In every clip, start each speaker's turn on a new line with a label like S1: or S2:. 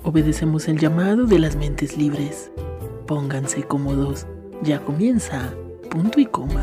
S1: Obedecemos el llamado de las mentes libres. Pónganse cómodos. Ya comienza Punto y Coma.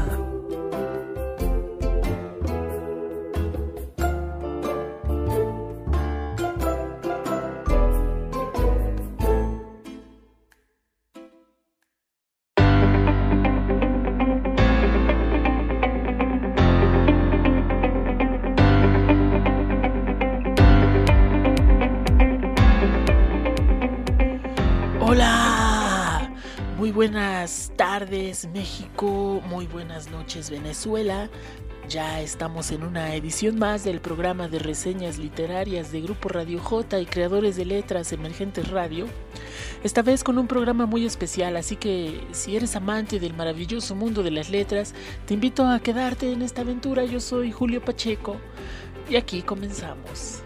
S1: Hola, muy buenas tardes México, muy buenas noches Venezuela. Ya estamos en una edición más del programa de reseñas literarias de Grupo Radio J y creadores de letras Emergentes Radio. Esta vez con un programa muy especial, así que si eres amante del maravilloso mundo de las letras, te invito a quedarte en esta aventura. Yo soy Julio Pacheco y aquí comenzamos.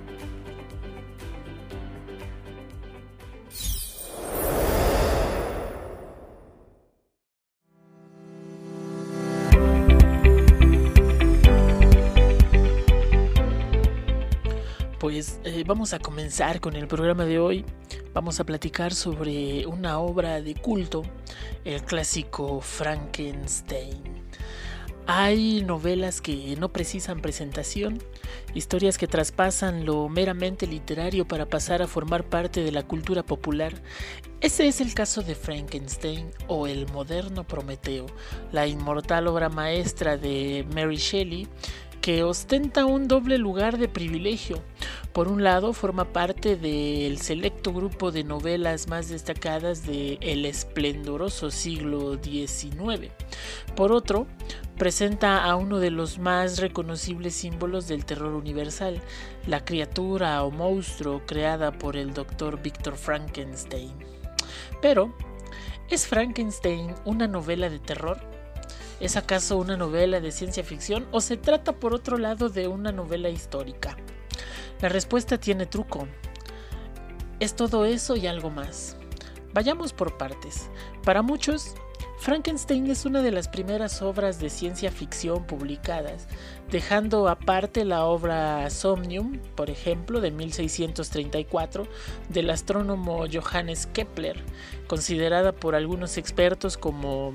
S1: Pues vamos a comenzar con el programa de hoy. Vamos a platicar sobre una obra de culto, el clásico Frankenstein. Hay novelas que no precisan presentación, historias que traspasan lo meramente literario para pasar a formar parte de la cultura popular. Ese es el caso de Frankenstein o el moderno Prometeo, la inmortal obra maestra de Mary Shelley, que ostenta un doble lugar de privilegio. Por un lado, forma parte del selecto grupo de novelas más destacadas del esplendoroso siglo XIX. Por otro, presenta a uno de los más reconocibles símbolos del terror universal, la criatura o monstruo creada por el Dr. Victor Frankenstein. Pero, ¿es Frankenstein una novela de terror? ¿Es acaso una novela de ciencia ficción o se trata por otro lado de una novela histórica? La respuesta tiene truco. Es todo eso y algo más. Vayamos por partes. Para muchos, Frankenstein es una de las primeras obras de ciencia ficción publicadas, dejando aparte la obra Somnium, por ejemplo, de 1634, del astrónomo Johannes Kepler, considerada por algunos expertos como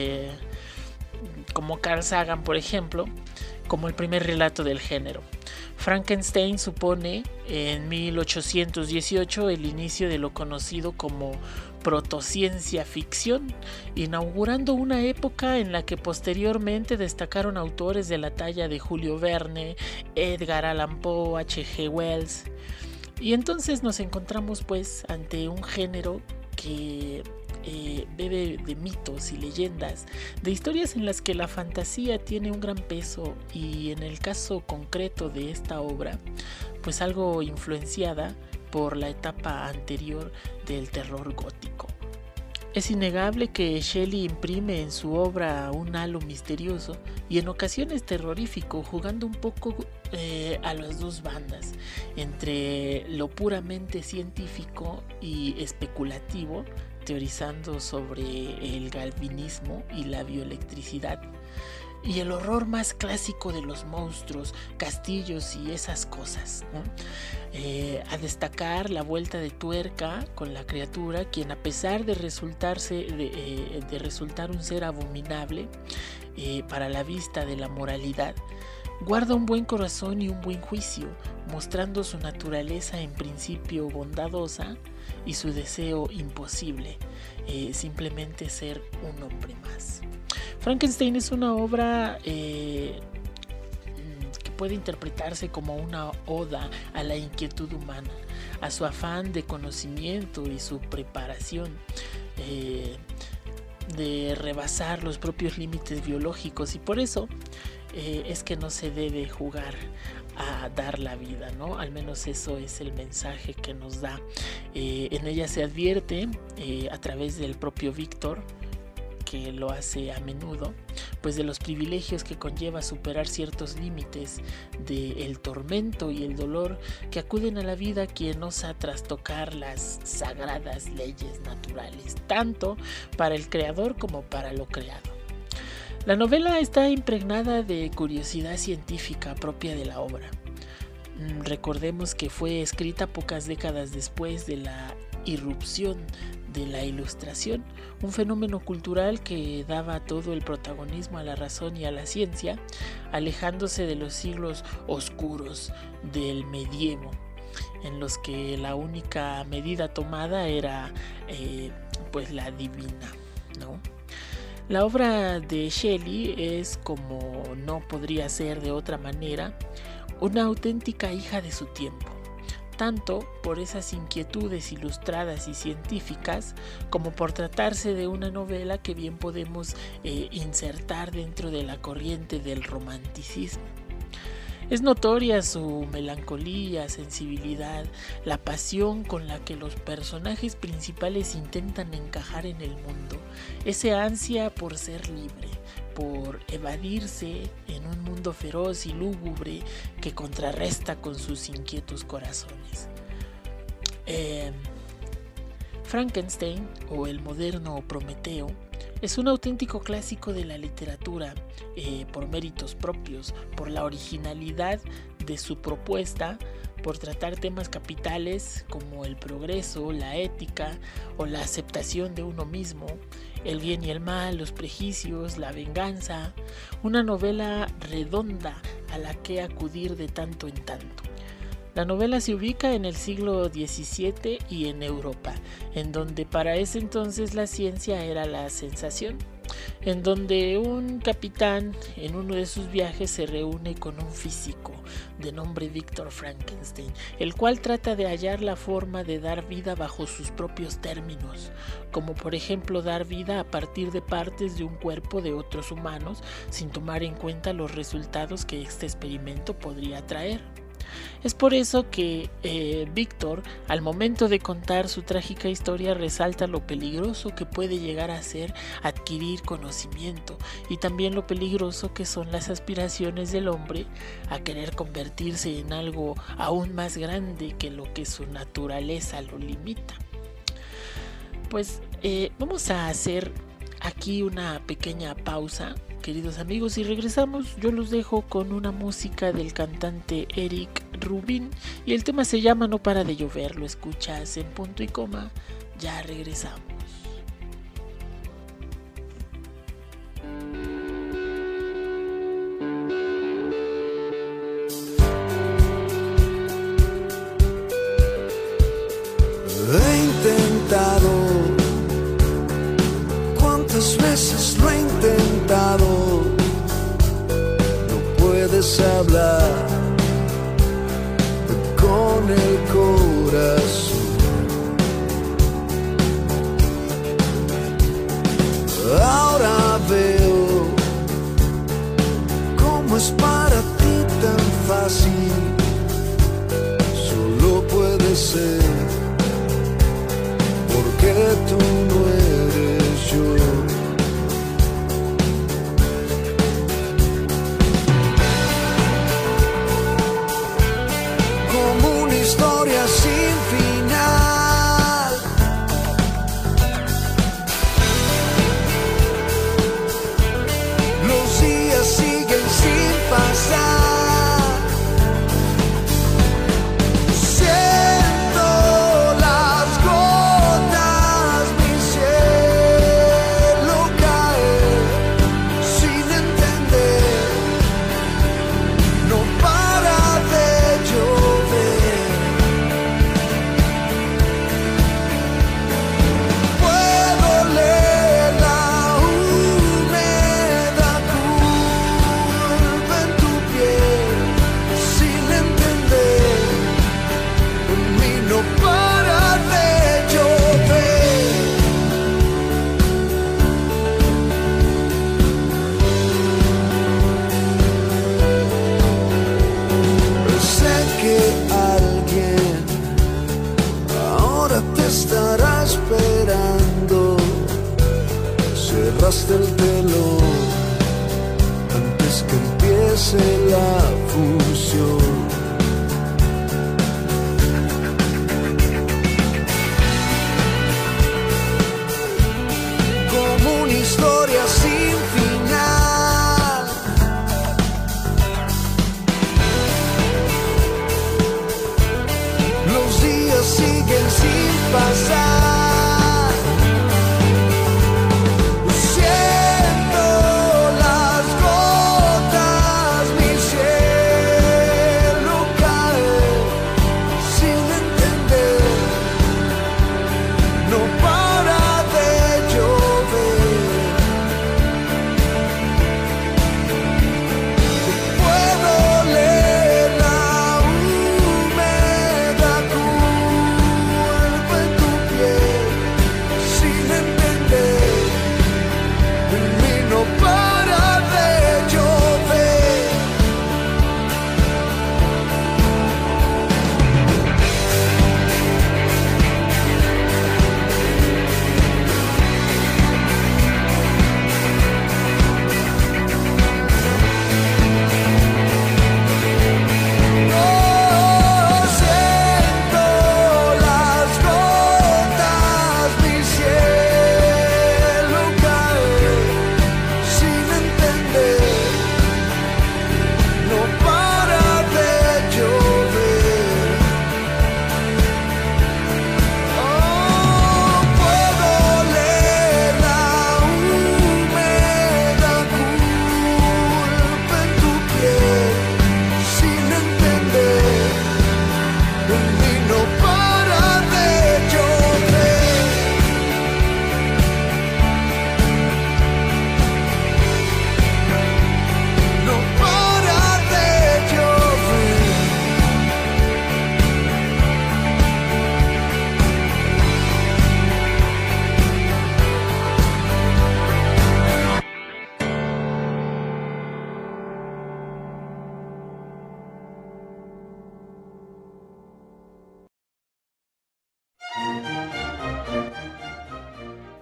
S1: Carl Sagan, por ejemplo, como el primer relato del género. Frankenstein supone en 1818 el inicio de lo conocido como protociencia ficción, inaugurando una época en la que posteriormente destacaron autores de la talla de Julio Verne, Edgar Allan Poe, H.G. Wells. Y entonces nos encontramos pues ante un género que bebe de mitos y leyendas, de historias en las que la fantasía tiene un gran peso y en el caso concreto de esta obra, pues algo influenciada por la etapa anterior del terror gótico. Es innegable que Shelley imprime en su obra un halo misterioso y en ocasiones terrorífico, jugando un poco a las dos bandas, entre lo puramente científico y especulativo, teorizando sobre el galvanismo y la bioelectricidad, y el horror más clásico de los monstruos, castillos y esas cosas, ¿no? A destacar la vuelta de tuerca con la criatura, quien a pesar de resultar un ser abominable para la vista de la moralidad, guarda un buen corazón y un buen juicio, mostrando su naturaleza en principio bondadosa y su deseo imposible, simplemente ser un hombre más. Frankenstein es una obra que puede interpretarse como una oda a la inquietud humana, a su afán de conocimiento y su preparación de rebasar los propios límites biológicos, y por eso es que no se debe jugar a dar la vida, ¿no? Al menos eso es el mensaje que nos da. En ella se advierte a través del propio Víctor, que lo hace a menudo, pues de los privilegios que conlleva superar ciertos límites del tormento y el dolor que acuden a la vida quien osa trastocar las sagradas leyes naturales, tanto para el creador como para lo creado. La novela está impregnada de curiosidad científica propia de la obra. Recordemos que fue escrita pocas décadas después de la irrupción de la Ilustración, un fenómeno cultural que daba todo el protagonismo a la razón y a la ciencia, alejándose de los siglos oscuros del medievo, en los que la única medida tomada era pues la divina, ¿no? La obra de Shelley es, como no podría ser de otra manera, una auténtica hija de su tiempo, tanto por esas inquietudes ilustradas y científicas como por tratarse de una novela que bien podemos insertar dentro de la corriente del romanticismo. Es notoria su melancolía, sensibilidad, la pasión con la que los personajes principales intentan encajar en el mundo, esa ansia por ser libre, por evadirse en un mundo feroz y lúgubre que contrarresta con sus inquietos corazones. Frankenstein, o el moderno Prometeo, es un auténtico clásico de la literatura, por méritos propios, por la originalidad de su propuesta, por tratar temas capitales como el progreso, la ética o la aceptación de uno mismo, el bien y el mal, los prejuicios, la venganza, una novela redonda a la que acudir de tanto en tanto. La novela se ubica en el siglo XVII y en Europa, en donde para ese entonces la ciencia era la sensación, en donde un capitán en uno de sus viajes se reúne con un físico de nombre Víctor Frankenstein, el cual trata de hallar la forma de dar vida bajo sus propios términos, como por ejemplo dar vida a partir de partes de un cuerpo de otros humanos sin tomar en cuenta los resultados que este experimento podría traer. Es por eso que Víctor, al momento de contar su trágica historia, resalta lo peligroso que puede llegar a ser adquirir conocimiento y también lo peligroso que son las aspiraciones del hombre a querer convertirse en algo aún más grande que lo que su naturaleza lo limita. Pues vamos a hacer aquí una pequeña pausa, queridos amigos, y regresamos. Yo los dejo con una música del cantante Eric Rubin y el tema se llama No para de llover. Lo escuchas en Punto y Coma. Ya regresamos.
S2: He intentado, cuántas veces lo he intentado, no puedes hablar con el corazón. Ahora veo cómo es para ti tan fácil, solo puede ser porque tú no eres yo. Como una historia sin final, los días siguen sin pasar. Cerraste el telón antes que empiece la función. Como una historia sin final,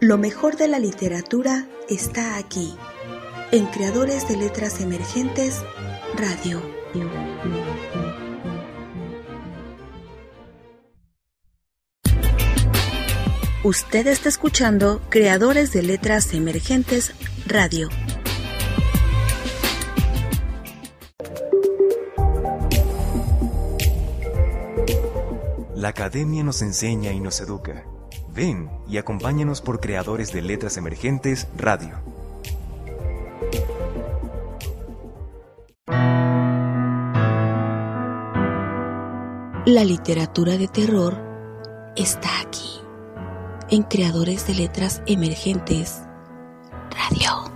S3: Lo mejor de la literatura está aquí, en Creadores de Letras Emergentes Radio. Usted está escuchando Creadores de Letras Emergentes Radio.
S4: La academia nos enseña y nos educa. Ven y acompáñanos por Creadores de Letras Emergentes Radio.
S3: La literatura de terror está aquí, en Creadores de Letras Emergentes Radio.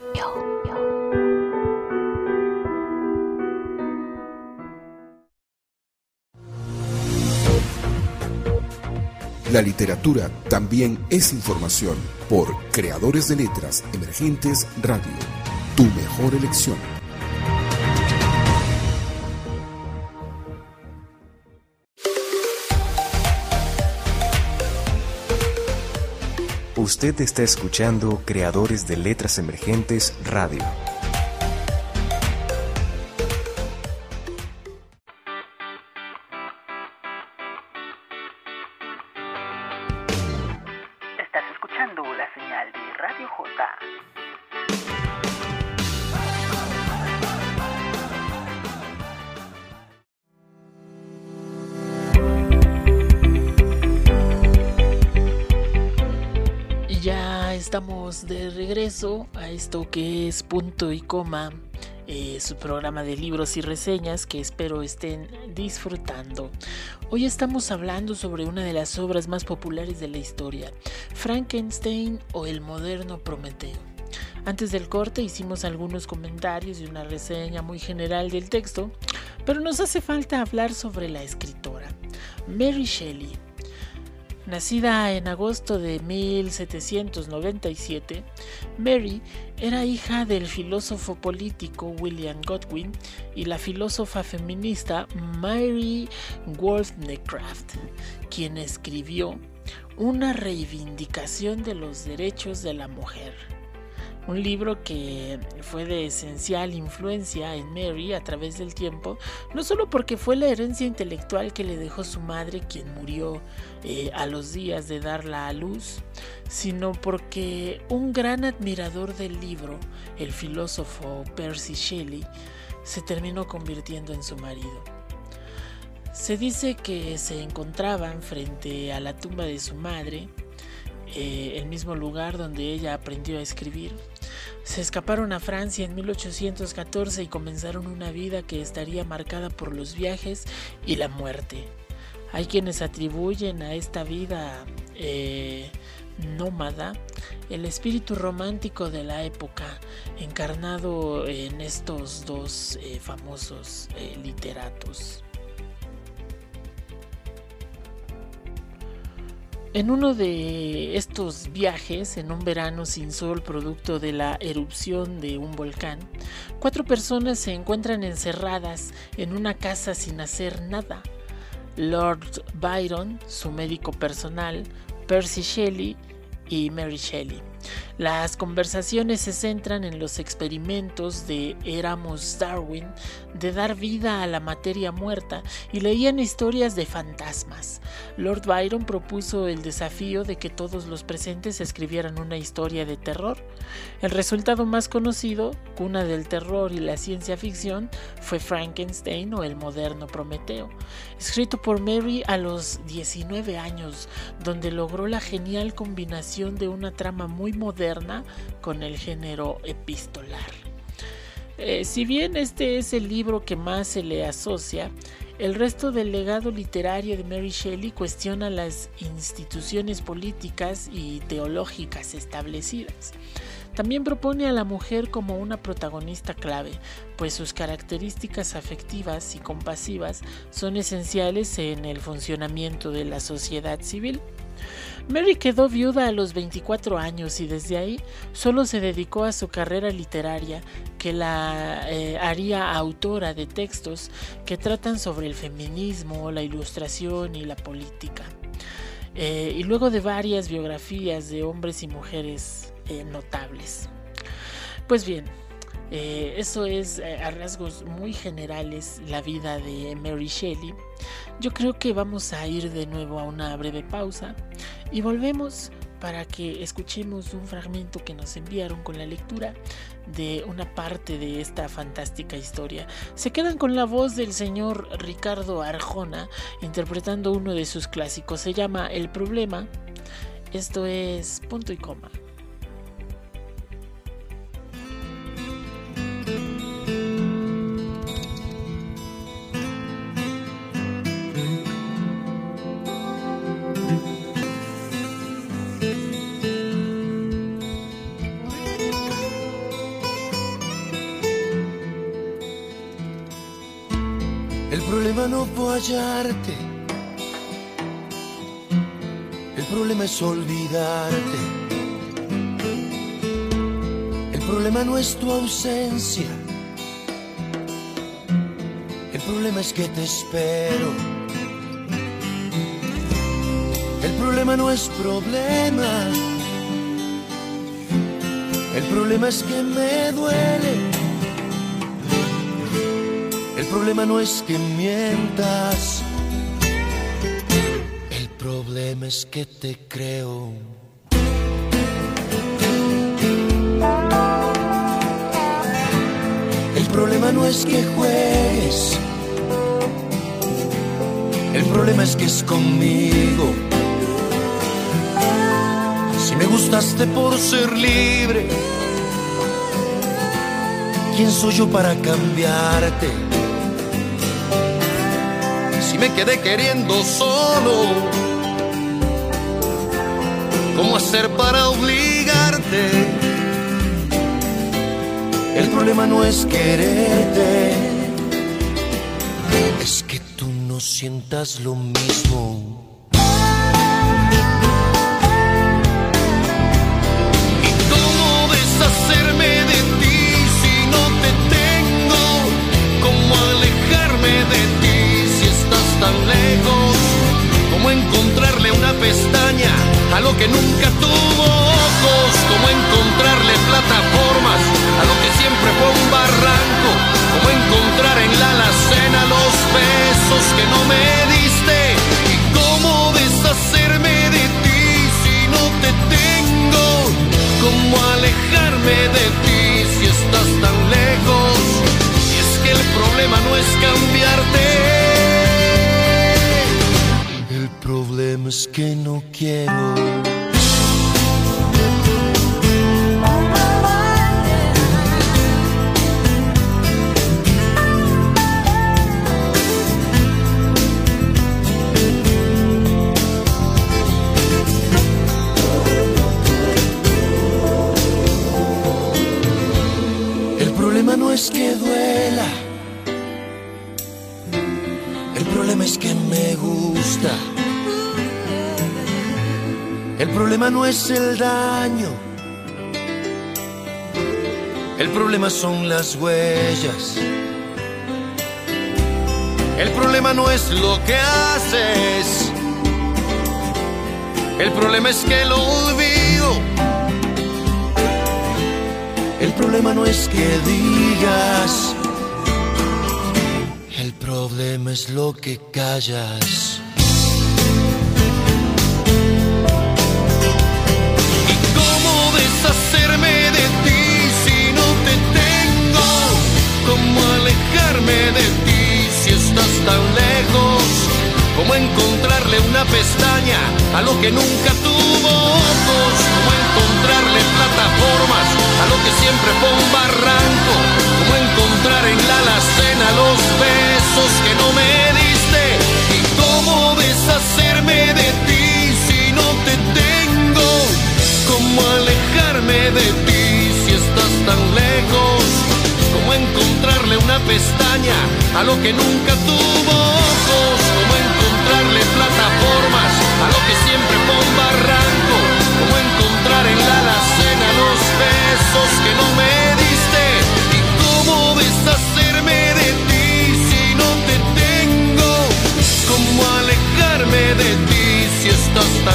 S5: La literatura también es información por Creadores de Letras Emergentes Radio. Tu mejor elección.
S4: Usted está escuchando Creadores de Letras Emergentes Radio.
S6: Estás escuchando la señal de Radio J.
S1: Ya estamos de regreso a esto que es Punto y Coma, su programa de libros y reseñas que espero estén disfrutando. Hoy estamos hablando sobre una de las obras más populares de la historia, Frankenstein o el moderno Prometeo. Antes del corte hicimos algunos comentarios y una reseña muy general del texto, pero nos hace falta hablar sobre la escritora, Mary Shelley. Nacida en agosto de 1797, Mary era hija del filósofo político William Godwin y la filósofa feminista Mary Wollstonecraft, quien escribió Una reivindicación de los derechos de la mujer. Un libro que fue de esencial influencia en Mary a través del tiempo, no solo porque fue la herencia intelectual que le dejó su madre, quien murió a los días de darla a luz, sino porque un gran admirador del libro, el filósofo Percy Shelley, se terminó convirtiendo en su marido. Se dice que se encontraban frente a la tumba de su madre, el mismo lugar donde ella aprendió a escribir. Se escaparon a Francia en 1814 y comenzaron una vida que estaría marcada por los viajes y la muerte. Hay quienes atribuyen a esta vida nómada el espíritu romántico de la época, encarnado en estos dos famosos literatos. En uno de estos viajes, en un verano sin sol producto de la erupción de un volcán, 4 personas se encuentran encerradas en una casa sin hacer nada. Lord Byron, su médico personal, Percy Shelley y Mary Shelley. Las conversaciones se centran en los experimentos de Erasmus Darwin de dar vida a la materia muerta y leían historias de fantasmas. Lord Byron propuso el desafío de que todos los presentes escribieran una historia de terror. El resultado más conocido, cuna del terror y la ciencia ficción, fue Frankenstein o el moderno Prometeo, escrito por Mary a los 19 años, donde logró la genial combinación de una trama muy moderna con el género epistolar. Si bien este es el libro que más se le asocia, el resto del legado literario de Mary Shelley cuestiona las instituciones políticas y teológicas establecidas. También propone a la mujer como una protagonista clave, pues sus características afectivas y compasivas son esenciales en el funcionamiento de la sociedad civil. Mary quedó viuda a los 24 años y desde ahí solo se dedicó a su carrera literaria, que la haría autora de textos que tratan sobre el feminismo, la ilustración y la política. y luego de varias biografías de hombres y mujeres notables. Pues bien, eso es a rasgos muy generales la vida de Mary Shelley. Yo creo que vamos a ir de nuevo a una breve pausa y volvemos para que escuchemos un fragmento que nos enviaron con la lectura de una parte de esta fantástica historia. Se quedan con la voz del señor Ricardo Arjona interpretando uno de sus clásicos. Se llama El Problema. Esto es Punto y Coma.
S2: El problema no fue hallarte, el problema es olvidarte. El problema no es tu ausencia, el problema es que te espero. El problema no es problema, el problema es que me duele. El problema no es que mientas, el problema es que te creo. El problema no es que juegues, el problema es que es conmigo. Si me gustaste por ser libre, ¿quién soy yo para cambiarte? Si me quedé queriendo solo, ¿cómo hacer para obligarte? El problema no es quererte, es que tú no sientas lo mismo. ¿Y cómo deshacerme de ti si no te tengo? ¿Cómo alejarme de ti si estás tan lejos? ¿Cómo encontrarle una pestaña a lo que nunca tuvo ojos? ¿Cómo encontrarle plataformas a lo que siempre fue un barranco? ¿Cómo encontrar en la alacena los besos que no me diste? ¿Y cómo deshacerme de ti si no te tengo? ¿Cómo alejarme de ti si estás tan lejos? Y es que el problema no es cambiarte, el problema es que no quiero. El problema no es que duela, el problema es que me gusta. El problema no es el daño, el problema son las huellas. El problema no es lo que haces, el problema es que lo olvido. El problema no es que digas, el problema es lo que callas. ¿Y cómo deshacerme de ti si no te tengo? ¿Cómo alejarme de ti si estás tan lejos? ¿Cómo encontrarle una pestaña a lo que nunca tuvo ojos? ¿Cómo encontrarle plataformas a lo que siempre fue un barranco? ¿Cómo encontrar en la alacena los besos que no me diste? ¿Y cómo deshacerme de ti si no te tengo? ¿Cómo alejarme de ti si estás tan lejos? ¿Cómo encontrarle una pestaña a lo que nunca tuvo ojos? ¿Cómo encontrarle plataformas a lo que siempre fue un barranco? ¿Cómo encontrar en la alacena los besos que no me diste? ¿Y cómo deshacerme de ti si no te tengo? ¿Cómo alejarme de ti si estás tan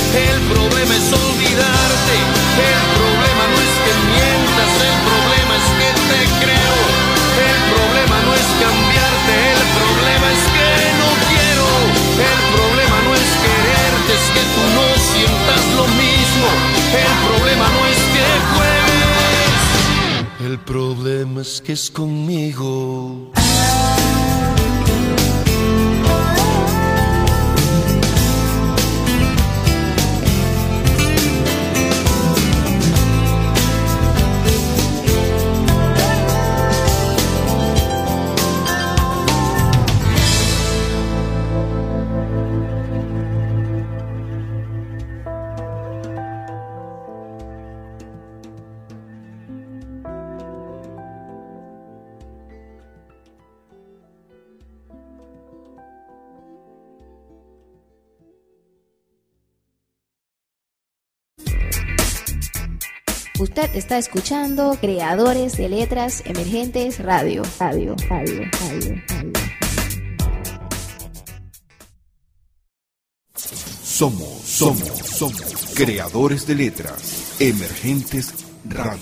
S2: el problema es olvidarte, el problema no es que mientas, el problema es que te creo, el problema no es cambiarte, el problema es que no quiero, el problema no es quererte, es que tú no sientas lo mismo, el problema no es que juegues, el problema es que es conmigo.
S7: Usted está escuchando Creadores de Letras Emergentes Radio.
S5: Somos Creadores de Letras Emergentes Radio.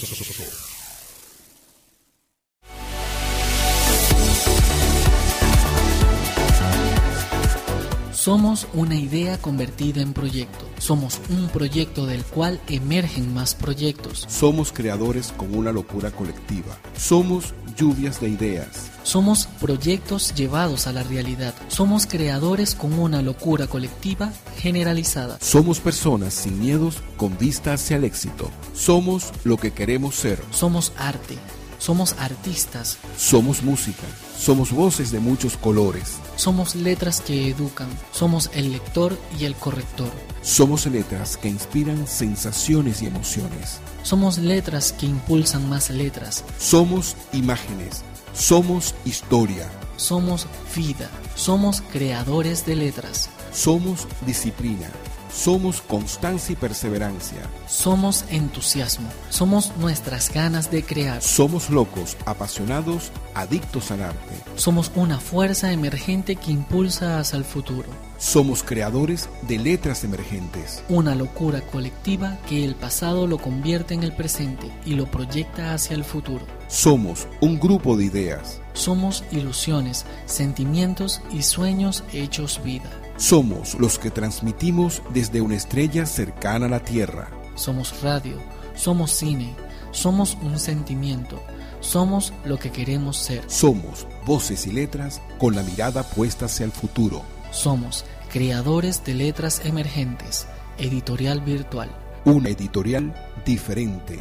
S8: Somos una idea convertida en proyecto. Somos un proyecto del cual emergen más proyectos.
S5: Somos creadores con una locura colectiva. Somos lluvias de ideas.
S8: Somos proyectos llevados a la realidad. Somos creadores con una locura colectiva generalizada.
S5: Somos personas sin miedos con vista hacia el éxito. Somos lo que queremos ser.
S8: Somos arte. Somos artistas.
S5: Somos música. Somos voces de muchos colores.
S8: Somos letras que educan. Somos el lector y el corrector.
S5: Somos letras que inspiran sensaciones y emociones.
S8: Somos letras que impulsan más letras.
S5: Somos imágenes. Somos historia.
S8: Somos vida. Somos creadores de letras.
S5: Somos disciplina. Somos constancia y perseverancia.
S8: Somos entusiasmo. Somos nuestras ganas de crear.
S5: Somos locos, apasionados, adictos al arte.
S8: Somos una fuerza emergente que impulsa hacia el futuro.
S5: Somos creadores de letras emergentes.
S8: Una locura colectiva que el pasado lo convierte en el presente y lo proyecta hacia el futuro.
S5: Somos un grupo de ideas.
S8: Somos ilusiones, sentimientos y sueños hechos vida.
S5: Somos los que transmitimos desde una estrella cercana a la Tierra.
S8: Somos radio, somos cine, somos un sentimiento, somos lo que queremos ser.
S5: Somos voces y letras con la mirada puesta hacia el futuro.
S8: Somos creadores de letras emergentes, editorial virtual.
S5: Una editorial diferente.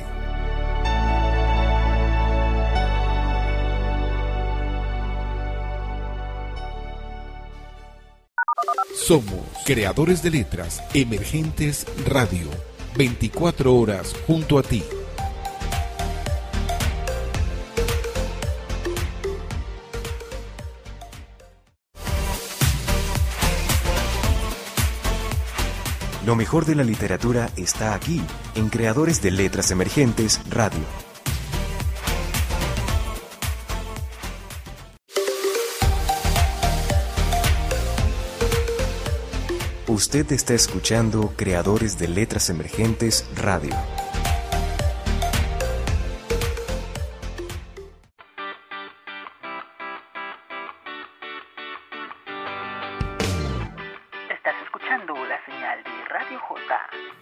S5: Somos Creadores de Letras Emergentes Radio. 24 horas junto a ti.
S4: Lo mejor de la literatura está aquí, en Creadores de Letras Emergentes Radio. Usted está escuchando Creadores de Letras Emergentes Radio.
S6: Estás escuchando la señal de Radio J.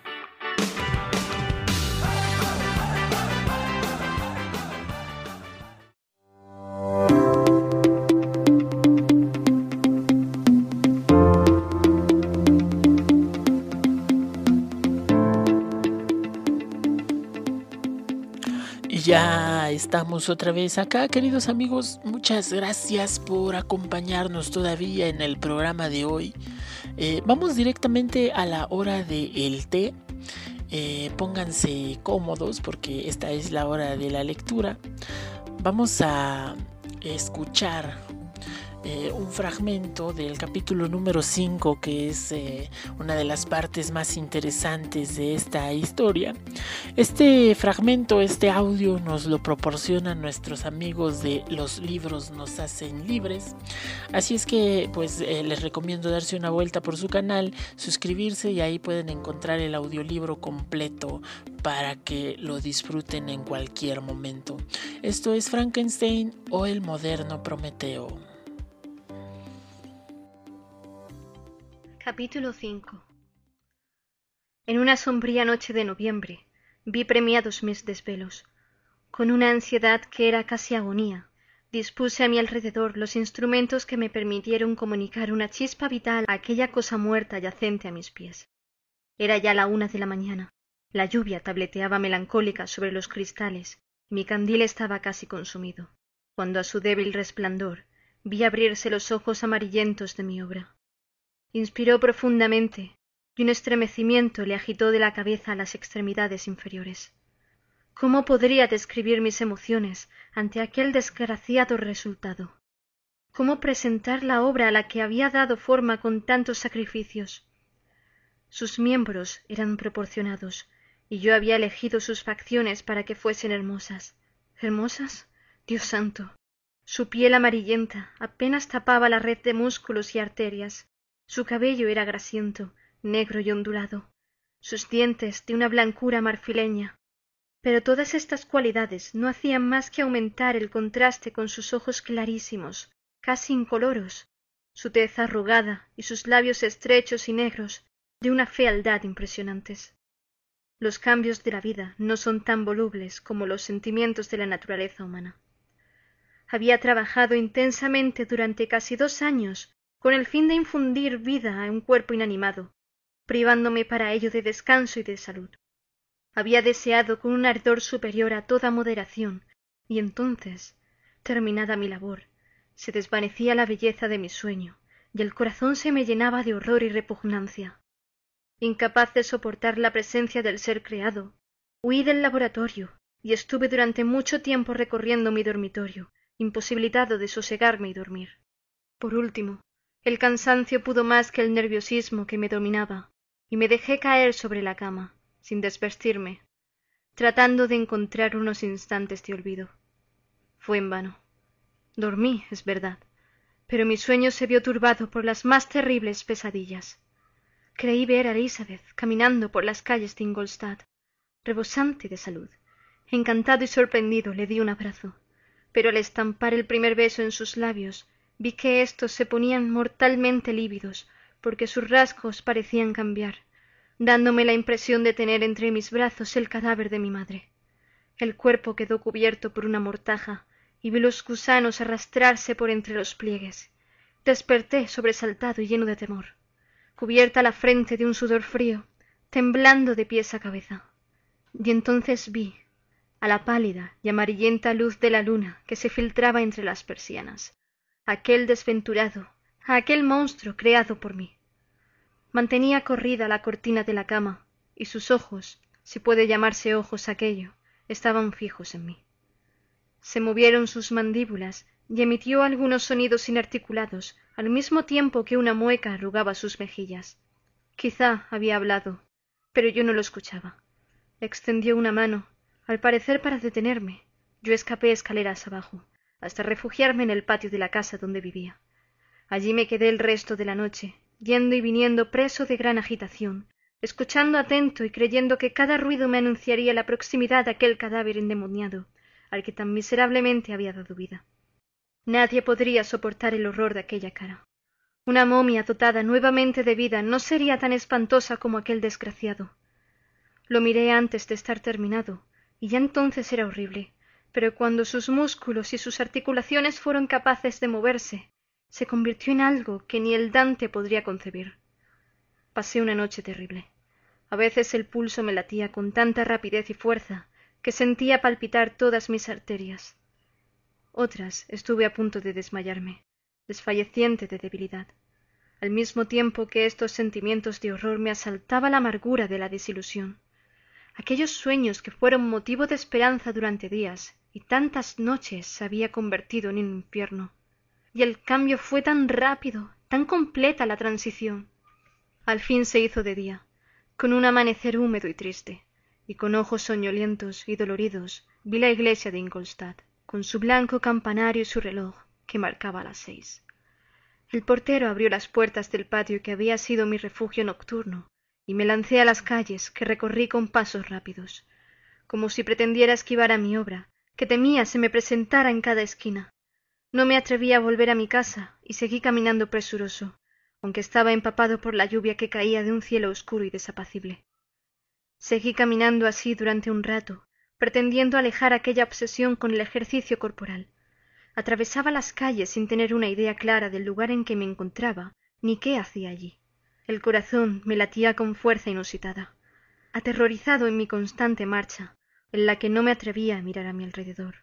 S1: Ya estamos otra vez acá, queridos amigos. Muchas gracias por acompañarnos todavía en el programa de hoy. Vamos directamente a la hora del té. Pónganse cómodos porque esta es la hora de la lectura. Vamos a escuchar un fragmento del capítulo número 5, que es una de las partes más interesantes de esta historia. Este fragmento, este audio, nos lo proporcionan nuestros amigos de Los Libros Nos Hacen Libres. Así es que pues les recomiendo darse una vuelta por su canal, suscribirse, y ahí pueden encontrar el audiolibro completo para que lo disfruten en cualquier momento. Esto es Frankenstein o el moderno Prometeo.
S9: Capítulo 5. En una sombría noche de noviembre vi premiados mis desvelos. Con una ansiedad que era casi agonía, dispuse a mi alrededor los instrumentos que me permitieron comunicar una chispa vital a aquella cosa muerta yacente a mis pies. Era ya la 1 de la mañana. La lluvia tableteaba melancólica sobre los cristales y mi candil estaba casi consumido, cuando a su débil resplandor vi abrirse los ojos amarillentos de mi obra. Inspiró profundamente y un estremecimiento le agitó de la cabeza a las extremidades inferiores. ¿Cómo podría describir mis emociones ante aquel desgraciado resultado? ¿Cómo presentar la obra a la que había dado forma con tantos sacrificios? Sus miembros eran proporcionados, y yo había elegido sus facciones para que fuesen hermosas. ¿Hermosas? Dios santo. Su piel amarillenta apenas tapaba la red de músculos y arterias. Su cabello era grasiento, negro y ondulado. Sus dientes de una blancura marfileña. Pero todas estas cualidades no hacían más que aumentar el contraste con sus ojos clarísimos, casi incoloros, su tez arrugada y sus labios estrechos y negros, de una fealdad impresionantes. Los cambios de la vida no son tan volubles como los sentimientos de la naturaleza humana. Había trabajado intensamente durante casi 2 años con el fin de infundir vida a un cuerpo inanimado, privándome para ello de descanso y de salud. Había deseado con un ardor superior a toda moderación, y entonces, terminada mi labor, se desvanecía la belleza de mi sueño, y el corazón se me llenaba de horror y repugnancia. Incapaz de soportar la presencia del ser creado, huí del laboratorio y estuve durante mucho tiempo recorriendo mi dormitorio, imposibilitado de sosegarme y dormir. Por último, el cansancio pudo más que el nerviosismo que me dominaba, y me dejé caer sobre la cama, sin desvestirme, tratando de encontrar unos instantes de olvido. Fue en vano. Dormí, es verdad, pero mi sueño se vio turbado por las más terribles pesadillas. Creí ver a Elizabeth caminando por las calles de Ingolstadt, rebosante de salud. Encantado y sorprendido le di un abrazo, pero al estampar el primer beso en sus labios vi que éstos se ponían mortalmente lívidos, porque sus rasgos parecían cambiar, dándome la impresión de tener entre mis brazos el cadáver de mi madre. El cuerpo quedó cubierto por una mortaja, y vi los gusanos arrastrarse por entre los pliegues. Desperté sobresaltado y lleno de temor, cubierta la frente de un sudor frío, temblando de pies a cabeza. Y entonces vi, a la pálida y amarillenta luz de la luna que se filtraba entre las persianas, aquel desventurado, a aquel monstruo creado por mí. Mantenía corrida la cortina de la cama, y sus ojos, si puede llamarse ojos aquello, estaban fijos en mí. Se movieron sus mandíbulas y emitió algunos sonidos inarticulados, al mismo tiempo que una mueca arrugaba sus mejillas. Quizá había hablado, pero yo no lo escuchaba. Extendió una mano, al parecer para detenerme. Yo escapé escaleras abajo, hasta refugiarme en el patio de la casa donde vivía. Allí me quedé el resto de la noche, yendo y viniendo preso de gran agitación, escuchando atento y creyendo que cada ruido me anunciaría la proximidad de aquel cadáver endemoniado, al que tan miserablemente había dado vida. Nadie podría soportar el horror de aquella cara. Una momia dotada nuevamente de vida no sería tan espantosa como aquel desgraciado. Lo miré antes de estar terminado, y ya entonces era horrible, pero cuando sus músculos y sus articulaciones fueron capaces de moverse, se convirtió en algo que ni el Dante podría concebir. Pasé una noche terrible. A veces el pulso me latía con tanta rapidez y fuerza que sentía palpitar todas mis arterias. Otras estuve a punto de desmayarme, desfalleciente de debilidad. Al mismo tiempo que estos sentimientos de horror me asaltaba la amargura de la desilusión. Aquellos sueños que fueron motivo de esperanza durante días y tantas noches se había convertido en un infierno. y el cambio fue tan rápido, tan completa la transición. Al fin se hizo de día, con un amanecer húmedo y triste, y con ojos soñolientos y doloridos vi la iglesia de Ingolstadt, con su blanco campanario y su reloj, que marcaba las 6. El portero abrió las puertas del patio que había sido mi refugio nocturno, y me lancé a las calles, que recorrí con pasos rápidos, como si pretendiera esquivar a mi obra, que temía se me presentara en cada esquina. No me atreví a volver a mi casa, y seguí caminando presuroso, aunque estaba empapado por la lluvia que caía de un cielo oscuro y desapacible. Seguí caminando así durante un rato, pretendiendo alejar aquella obsesión con el ejercicio corporal. Atravesaba las calles sin tener una idea clara del lugar en que me encontraba, ni qué hacía allí. El corazón me latía con fuerza inusitada, aterrorizado en mi constante marcha, en la que no me atrevía a mirar a mi alrededor.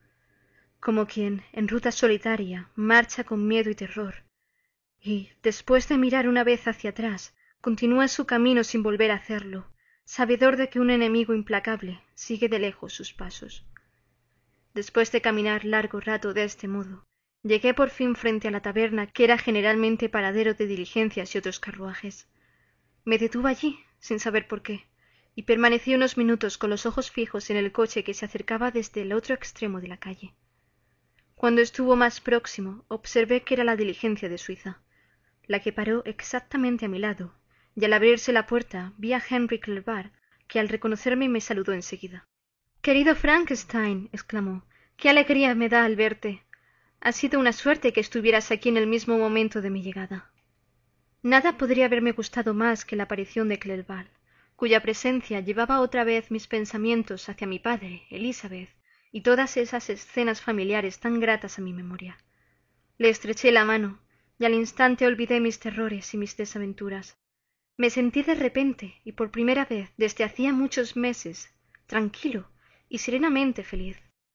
S9: Como quien, en ruta solitaria, marcha con miedo y terror, y, después de mirar una vez hacia atrás, continúa su camino sin volver a hacerlo, sabedor de que un enemigo implacable sigue de lejos sus pasos. Después de caminar largo rato de este modo, llegué por fin frente a la taberna que era generalmente paradero de diligencias y otros carruajes. Me detuve allí, sin saber por qué, y permanecí unos minutos con los ojos fijos en el coche que se acercaba desde el otro extremo de la calle. Cuando estuvo más próximo, observé que era la diligencia de Suiza, la que paró exactamente a mi lado, y al abrirse la puerta vi a Henry Clerval, que al reconocerme me saludó enseguida. «Querido Frankenstein», exclamó, «qué alegría me da al verte. Ha sido una suerte que estuvieras aquí en el mismo momento de mi llegada». Nada podría haberme gustado más que la aparición de Clerval, cuya presencia llevaba otra vez mis pensamientos hacia mi padre, Elizabeth, y todas esas escenas familiares tan gratas a mi memoria. Le estreché la mano, y al instante olvidé mis terrores y mis desaventuras. Me sentí de repente, y por primera vez desde hacía muchos meses, tranquilo y serenamente feliz.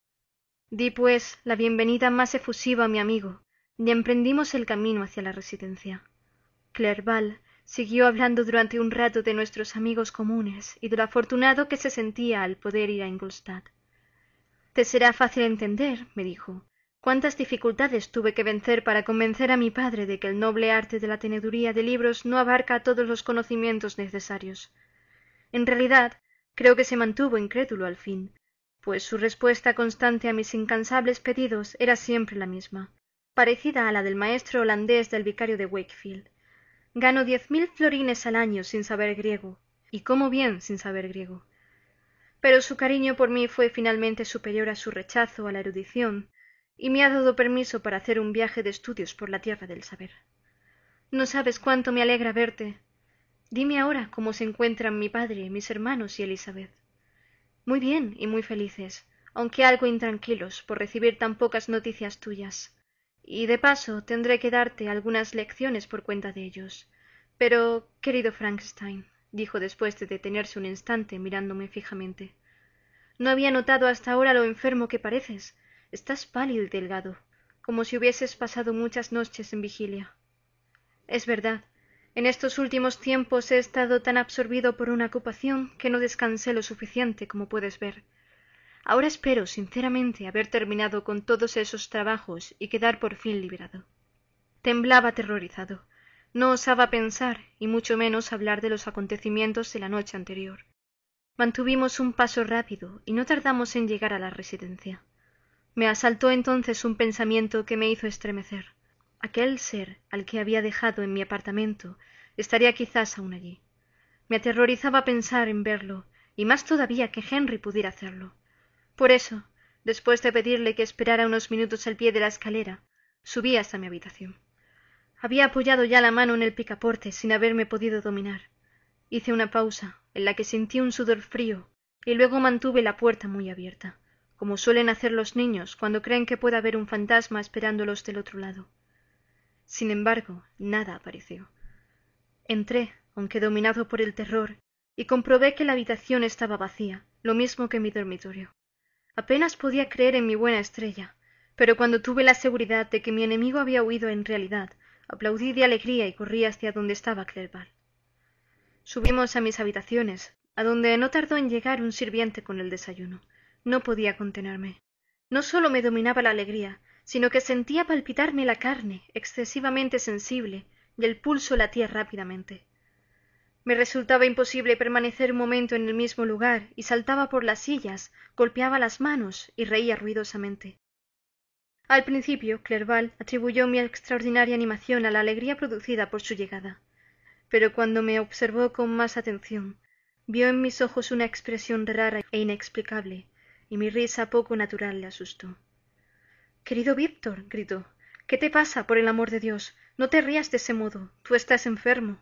S9: Di, pues, la bienvenida más efusiva a mi amigo, y emprendimos el camino hacia la residencia. Clerval siguió hablando durante un rato de nuestros amigos comunes y de lo afortunado que se sentía al poder ir a Ingolstadt. «Te será fácil entender», me dijo, «cuántas dificultades tuve que vencer para convencer a mi padre de que el noble arte de la teneduría de libros no abarca todos los conocimientos necesarios. En realidad, creo que se mantuvo incrédulo al fin, pues su respuesta constante a mis incansables pedidos era siempre la misma, parecida a la del maestro holandés del vicario de Wakefield. Gano 10.000 florines al año sin saber griego, y como bien sin saber griego. Pero su cariño por mí fue finalmente superior a su rechazo a la erudición, y me ha dado permiso para hacer un viaje de estudios por la tierra del saber. No sabes cuánto me alegra verte. Dime ahora cómo se encuentran mi padre, mis hermanos y Elizabeth. Muy bien y muy felices, aunque algo intranquilos por recibir tan pocas noticias tuyas. Y de paso tendré que darte algunas lecciones por cuenta de ellos. Pero, querido Frankenstein, dijo después de detenerse un instante mirándome fijamente, no había notado hasta ahora lo enfermo que pareces. Estás pálido y delgado, como si hubieses pasado muchas noches en vigilia. Es verdad, en estos últimos tiempos he estado tan absorbido por una ocupación que no descansé lo suficiente, como puedes ver. Ahora espero, sinceramente, haber terminado con todos esos trabajos y quedar por fin liberado. Temblaba aterrorizado. No osaba pensar, y mucho menos hablar de los acontecimientos de la noche anterior. Mantuvimos un paso rápido y no tardamos en llegar a la residencia. Me asaltó entonces un pensamiento que me hizo estremecer. Aquel ser al que había dejado en mi apartamento estaría quizás aún allí. Me aterrorizaba pensar en verlo, y más todavía que Henry pudiera hacerlo. Por eso, después de pedirle que esperara unos minutos al pie de la escalera, subí hasta mi habitación. Había apoyado ya la mano en el picaporte sin haberme podido dominar. Hice una pausa, en la que sentí un sudor frío, y luego mantuve la puerta muy abierta, como suelen hacer los niños cuando creen que puede haber un fantasma esperándolos del otro lado. Sin embargo, nada apareció. Entré, aunque dominado por el terror, y comprobé que la habitación estaba vacía, lo mismo que mi dormitorio. Apenas podía creer en mi buena estrella, pero cuando tuve la seguridad de que mi enemigo había huido en realidad, aplaudí de alegría y corrí hacia donde estaba Clerval. Subimos a mis habitaciones, a donde no tardó en llegar un sirviente con el desayuno. No podía contenerme. No solo me dominaba la alegría, sino que sentía palpitarme la carne, excesivamente sensible, y el pulso latía rápidamente. Me resultaba imposible permanecer un momento en el mismo lugar, y saltaba por las sillas, golpeaba las manos y reía ruidosamente. Al principio, Clerval atribuyó mi extraordinaria animación a la alegría producida por su llegada, pero cuando me observó con más atención, vio en mis ojos una expresión rara e inexplicable, y mi risa poco natural le asustó. «Querido Víctor», gritó, «¿qué te pasa, por el amor de Dios? No te rías de ese modo, tú estás enfermo».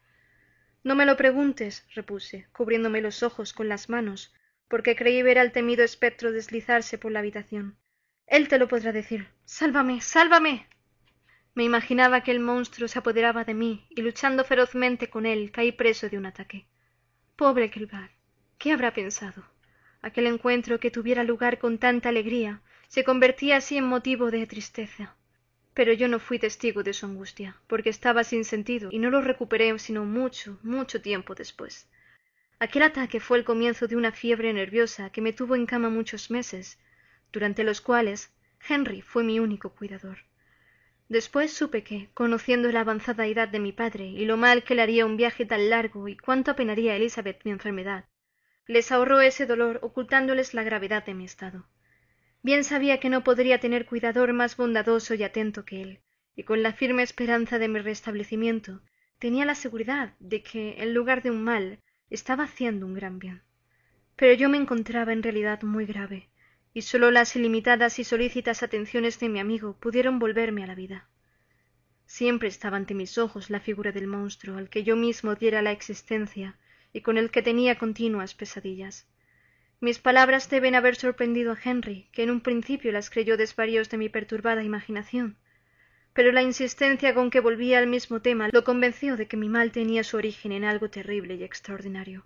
S9: «No me lo preguntes», repuse, cubriéndome los ojos con las manos, porque creí ver al temido espectro deslizarse por la habitación. «Él te lo podrá decir. ¡Sálvame! ¡Sálvame!». Me imaginaba que el monstruo se apoderaba de mí, y luchando ferozmente con él, caí preso de un ataque. Pobre Clerval, ¿qué habrá pensado? Aquel encuentro que tuviera lugar con tanta alegría se convertía así en motivo de tristeza. Pero yo no fui testigo de su angustia, porque estaba sin sentido y no lo recuperé sino mucho, mucho tiempo después. Aquel ataque fue el comienzo de una fiebre nerviosa que me tuvo en cama muchos meses, durante los cuales Henry fue mi único cuidador. Después supe que, conociendo la avanzada edad de mi padre y lo mal que le haría un viaje tan largo y cuánto apenaría a Elizabeth mi enfermedad, les ahorró ese dolor ocultándoles la gravedad de mi estado. Bien sabía que no podría tener cuidador más bondadoso y atento que él, y con la firme esperanza de mi restablecimiento, tenía la seguridad de que, en lugar de un mal, estaba haciendo un gran bien. Pero yo me encontraba en realidad muy grave, y sólo las ilimitadas y solícitas atenciones de mi amigo pudieron volverme a la vida. Siempre estaba ante mis ojos la figura del monstruo al que yo mismo diera la existencia y con el que tenía continuas pesadillas. Mis palabras deben haber sorprendido a Henry, que en un principio las creyó desvaríos de mi perturbada imaginación, pero la insistencia con que volvía al mismo tema lo convenció de que mi mal tenía su origen en algo terrible y extraordinario.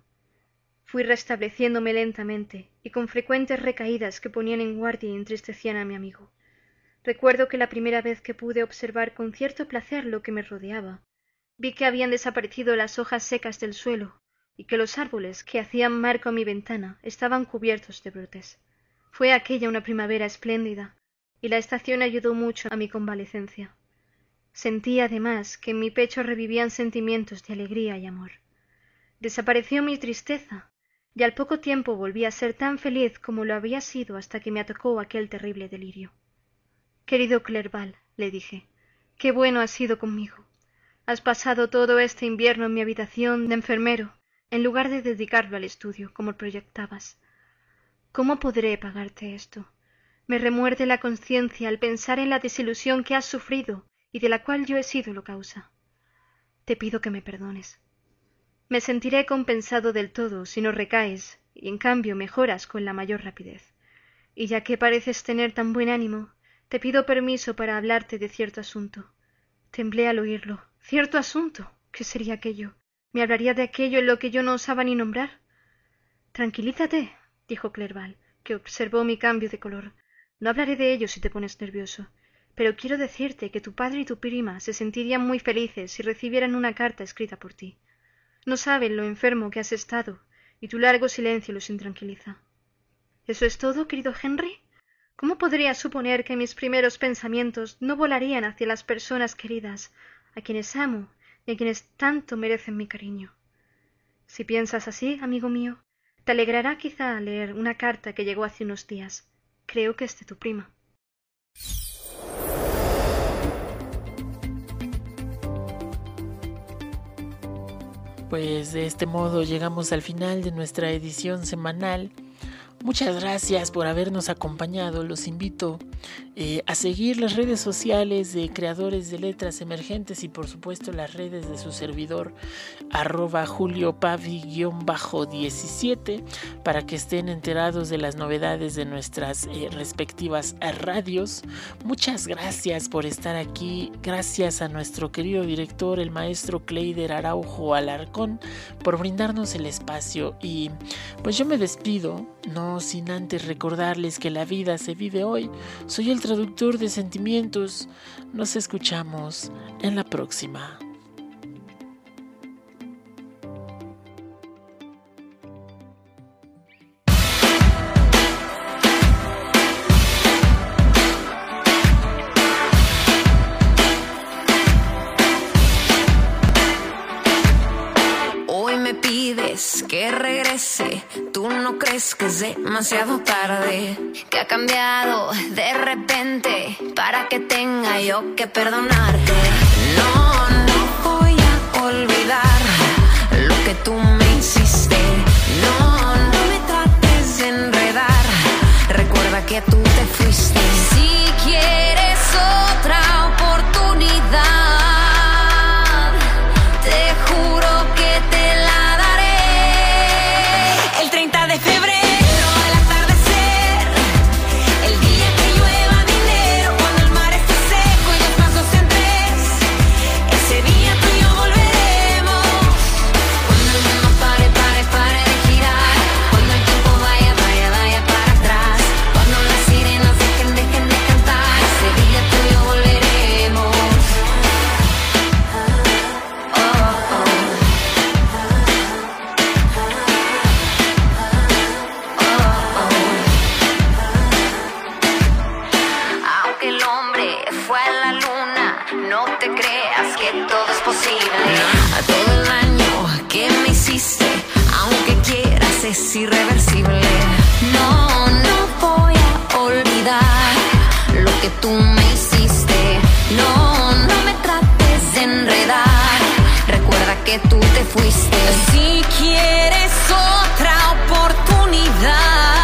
S9: Fui restableciéndome lentamente y con frecuentes recaídas que ponían en guardia y entristecían a mi amigo. Recuerdo que la primera vez que pude observar con cierto placer lo que me rodeaba, vi que habían desaparecido las hojas secas del suelo y que los árboles que hacían marco a mi ventana estaban cubiertos de brotes. Fue aquella una primavera espléndida, y la estación ayudó mucho a mi convalecencia. Sentí además que en mi pecho revivían sentimientos de alegría y amor. Desapareció mi tristeza, y al poco tiempo volví a ser tan feliz como lo había sido hasta que me atacó aquel terrible delirio. «Querido Clerval», le dije, «qué bueno has sido conmigo. Has pasado todo este invierno en mi habitación de enfermero, en lugar de dedicarlo al estudio, como proyectabas. ¿Cómo podré pagarte esto? Me remuerde la conciencia al pensar en la desilusión que has sufrido y de la cual yo he sido la causa. Te pido que me perdones. Me sentiré compensado del todo si no recaes, y en cambio mejoras con la mayor rapidez. Y ya que pareces tener tan buen ánimo, te pido permiso para hablarte de cierto asunto. Temblé al oírlo. ¿Cierto asunto? ¿Qué sería aquello? ¿Me hablaría de aquello en lo que yo no osaba ni nombrar? Tranquilízate, dijo Clerval, que observó mi cambio de color. No hablaré de ello si te pones nervioso, pero quiero decirte que tu padre y tu prima se sentirían muy felices si recibieran una carta escrita por ti. No saben lo enfermo que has estado, y tu largo silencio los intranquiliza. ¿Eso es todo, querido Henry? ¿Cómo podría suponer que mis primeros pensamientos no volarían hacia las personas queridas, a quienes amo y a quienes tanto merecen mi cariño? Si piensas así, amigo mío, te alegrará quizá leer una carta que llegó hace unos días. Creo que es de tu prima.
S1: Pues de este modo llegamos al final de nuestra edición semanal. Muchas gracias por habernos acompañado. Los invito a seguir las redes sociales de Creadores de Letras Emergentes y por supuesto las redes de su servidor @juliopavi_17 para que estén enterados de las novedades de nuestras respectivas radios. Muchas gracias por estar aquí. Gracias a nuestro querido director, el maestro Cleider Araujo Alarcón, por brindarnos el espacio. Y pues yo me despido, no sin antes recordarles que la vida se vive hoy. Soy el traductor de sentimientos. Nos escuchamos en la próxima.
S10: quieres que regrese, tú no crees que es demasiado tarde, que ha cambiado de repente para que tenga yo que perdonarte. No, no voy a olvidar lo que tú me hiciste. No, no me trates de enredar, recuerda que tú te fuiste. Si quieres otra oportunidad, te juro que te la daré. El 30 de febrero al atardecer, el día que llueva dinero, cuando el mar esté seco y los pasos en tres, ese día tú y yo volveremos. Cuando el mundo pare de girar, cuando el tiempo vaya para atrás, cuando las sirenas dejen de cantar, ese día tú y yo volveremos. Aunque el hombre fue a la luna, no te creas que todo es posible. A todo el daño que me hiciste, aunque quieras, es irreversible. No, no voy a olvidar lo que tú me hiciste. No, no me trates de enredar, recuerda que tú te fuiste. Si quieres otra oportunidad,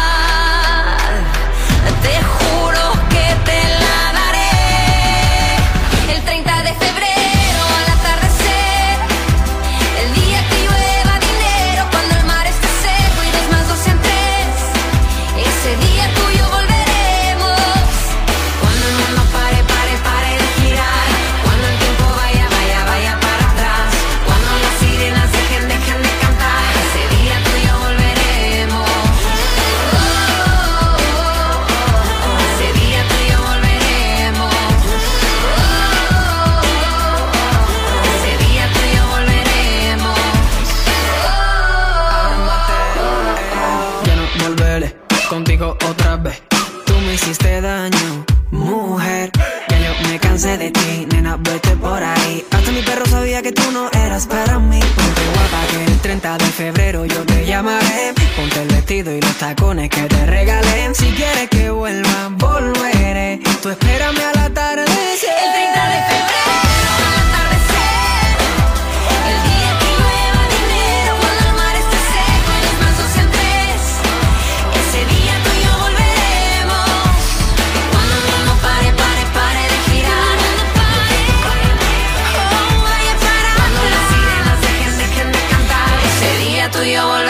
S10: te juro que te la daré. El 30 de febrero al atardecer, el día que llueva dinero, cuando el mar esté seco y 2 más 2 sean 3, ese día tú y yo volveremos. Cuando el mundo pare de girar, cuando el tiempo vaya para atrás, cuando las sirenas dejen de cantar, ese día tú y yo volveremos. Ese día tú y yo volveremos. Ese día tú y yo volveremos.
S11: Ya no volveré contigo otra vez. Tú me hiciste daño, mujer. Ya yo me cansé de ti, nena, vete por ahí. Hasta mi perro sabía que tú no eras para mí. Ponte guapa que el 30 de febrero yo te llamaré. Ponte el vestido y los tacones que te regalé. Si quieres que vuelva, volveré. Tú espérame al atardecer.
S10: El 30 de febrero al atardecer, el día que llueva dinero, cuando el mar esté seco y los más 2 sean 3, ese día tú y yo volveremos. Cuando el mundo pare de girar, vaya para, cuando las sirenas dejen de cantar, ese día tú y yo volveremos.